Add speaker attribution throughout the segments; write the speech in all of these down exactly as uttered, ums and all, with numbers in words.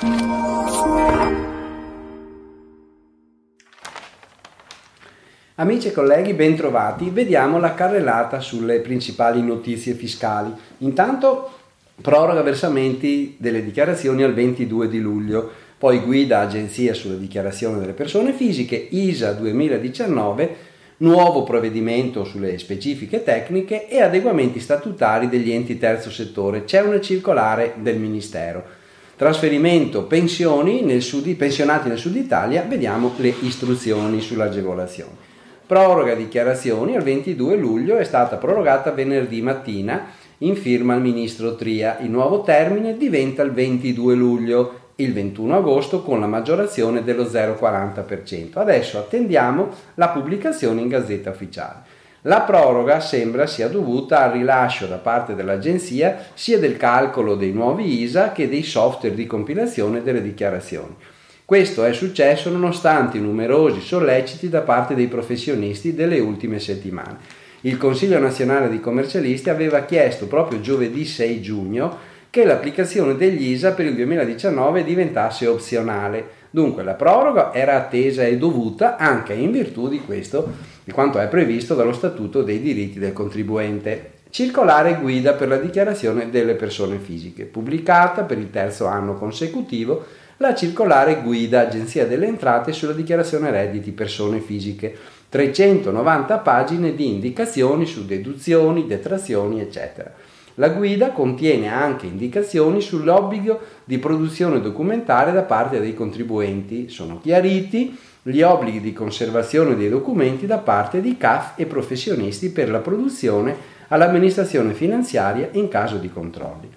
Speaker 1: Amici e colleghi, ben trovati. Vediamo la carrellata sulle principali notizie fiscali. Intanto, proroga versamenti delle dichiarazioni al ventidue di luglio, poi guida agenzia sulla dichiarazione delle persone fisiche, I S A duemiladiciannove, nuovo provvedimento sulle specifiche tecniche e adeguamenti statutari degli enti terzo settore. C'è una circolare del Ministero. Trasferimento pensioni nel sud, pensionati nel sud Italia, vediamo le istruzioni sull'agevolazione. Proroga dichiarazioni al ventidue luglio, è stata prorogata venerdì mattina in firma al ministro Tria. Il nuovo termine diventa il ventidue luglio, il ventuno agosto con la maggiorazione dello zero virgola quaranta per cento. Adesso attendiamo la pubblicazione in Gazzetta Ufficiale. La proroga sembra sia dovuta al rilascio da parte dell'agenzia sia del calcolo dei nuovi I S A che dei software di compilazione delle dichiarazioni. Questo è successo nonostante i numerosi solleciti da parte dei professionisti delle ultime settimane. Il Consiglio Nazionale dei Commercialisti aveva chiesto proprio giovedì sei giugno che l'applicazione degli I S A per il duemiladiciannove diventasse opzionale. Dunque la proroga era attesa e dovuta anche in virtù di questo, di quanto è previsto dallo Statuto dei diritti del contribuente. Circolare guida per la dichiarazione delle persone fisiche, pubblicata per il terzo anno consecutivo, la circolare guida Agenzia delle Entrate sulla dichiarazione redditi persone fisiche, trecentonovanta pagine di indicazioni su deduzioni, detrazioni, eccetera. La guida contiene anche indicazioni sull'obbligo di produzione documentale da parte dei contribuenti. Sono chiariti gli obblighi di conservazione dei documenti da parte di C A F e professionisti per la produzione all'amministrazione finanziaria in caso di controlli.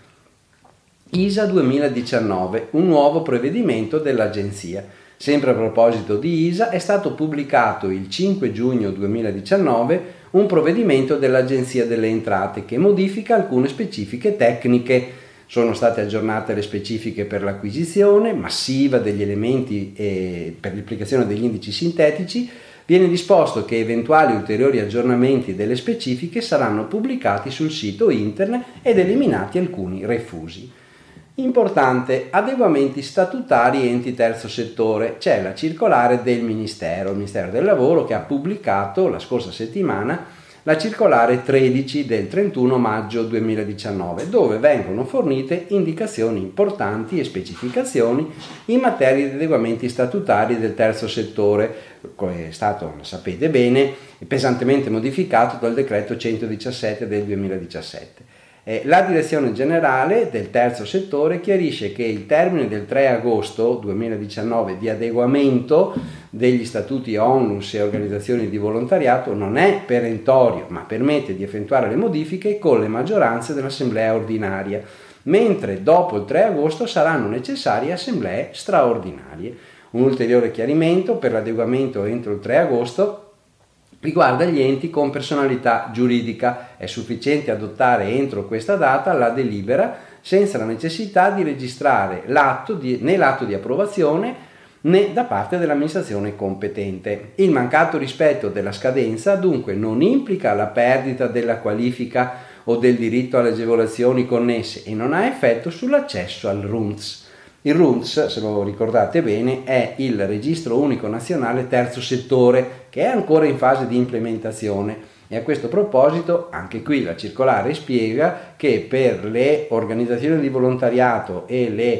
Speaker 1: I S A duemiladiciannove, un nuovo provvedimento dell'agenzia. Sempre a proposito di I S A, è stato pubblicato il cinque giugno duemiladiciannove un provvedimento dell'Agenzia delle Entrate che modifica alcune specifiche tecniche. Sono state aggiornate le specifiche per l'acquisizione massiva degli elementi e per l'applicazione degli indici sintetici. Viene disposto che eventuali ulteriori aggiornamenti delle specifiche saranno pubblicati sul sito internet ed eliminati alcuni refusi. Importante, adeguamenti statutari enti terzo settore. C'è la circolare del Ministero, il Ministero del Lavoro, che ha pubblicato la scorsa settimana la circolare tredici del trentuno maggio duemiladiciannove, dove vengono fornite indicazioni importanti e specificazioni in materia di adeguamenti statutari del terzo settore, che è stato, lo sapete bene, pesantemente modificato dal decreto centodiciassette del duemiladiciassette. La Direzione Generale del Terzo Settore chiarisce che il termine del tre agosto duemiladiciannove di adeguamento degli statuti ONLUS e organizzazioni di volontariato non è perentorio, ma permette di effettuare le modifiche con le maggioranze dell'assemblea ordinaria, mentre dopo il tre agosto saranno necessarie assemblee straordinarie. Un ulteriore chiarimento per l'adeguamento entro il tre agosto riguarda gli enti con personalità giuridica. È sufficiente adottare entro questa data la delibera senza la necessità di registrare l'atto di, né l'atto di approvazione né da parte dell'amministrazione competente. Il mancato rispetto della scadenza dunque non implica la perdita della qualifica o del diritto alle agevolazioni connesse e non ha effetto sull'accesso al R U N T S. Il R U N T S, se lo ricordate bene, è il Registro Unico Nazionale Terzo Settore, che è ancora in fase di implementazione. E a questo proposito, anche qui la circolare spiega che per le organizzazioni di volontariato e le,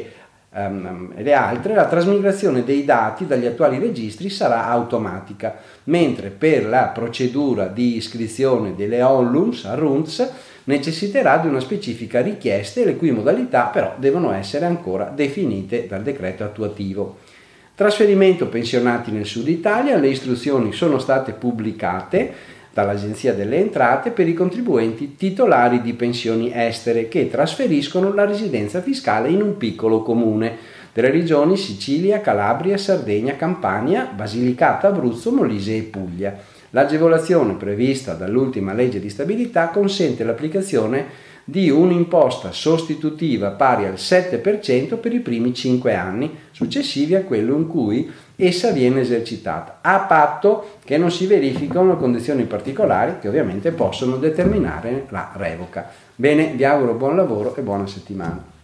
Speaker 1: um, le altre la trasmigrazione dei dati dagli attuali registri sarà automatica, mentre per la procedura di iscrizione delle ONLUS a R U N T S necessiterà di una specifica richiesta, le cui modalità però devono essere ancora definite dal decreto attuativo. Trasferimento pensionati nel Sud Italia, le istruzioni sono state pubblicate dall'Agenzia delle Entrate per i contribuenti titolari di pensioni estere che trasferiscono la residenza fiscale in un piccolo comune delle regioni Sicilia, Calabria, Sardegna, Campania, Basilicata, Abruzzo, Molise e Puglia. L'agevolazione prevista dall'ultima legge di stabilità consente l'applicazione di un'imposta sostitutiva pari al sette per cento per i primi cinque anni successivi a quello in cui essa viene esercitata, a patto che non si verificano condizioni particolari che ovviamente possono determinare la revoca. Bene, vi auguro buon lavoro e buona settimana.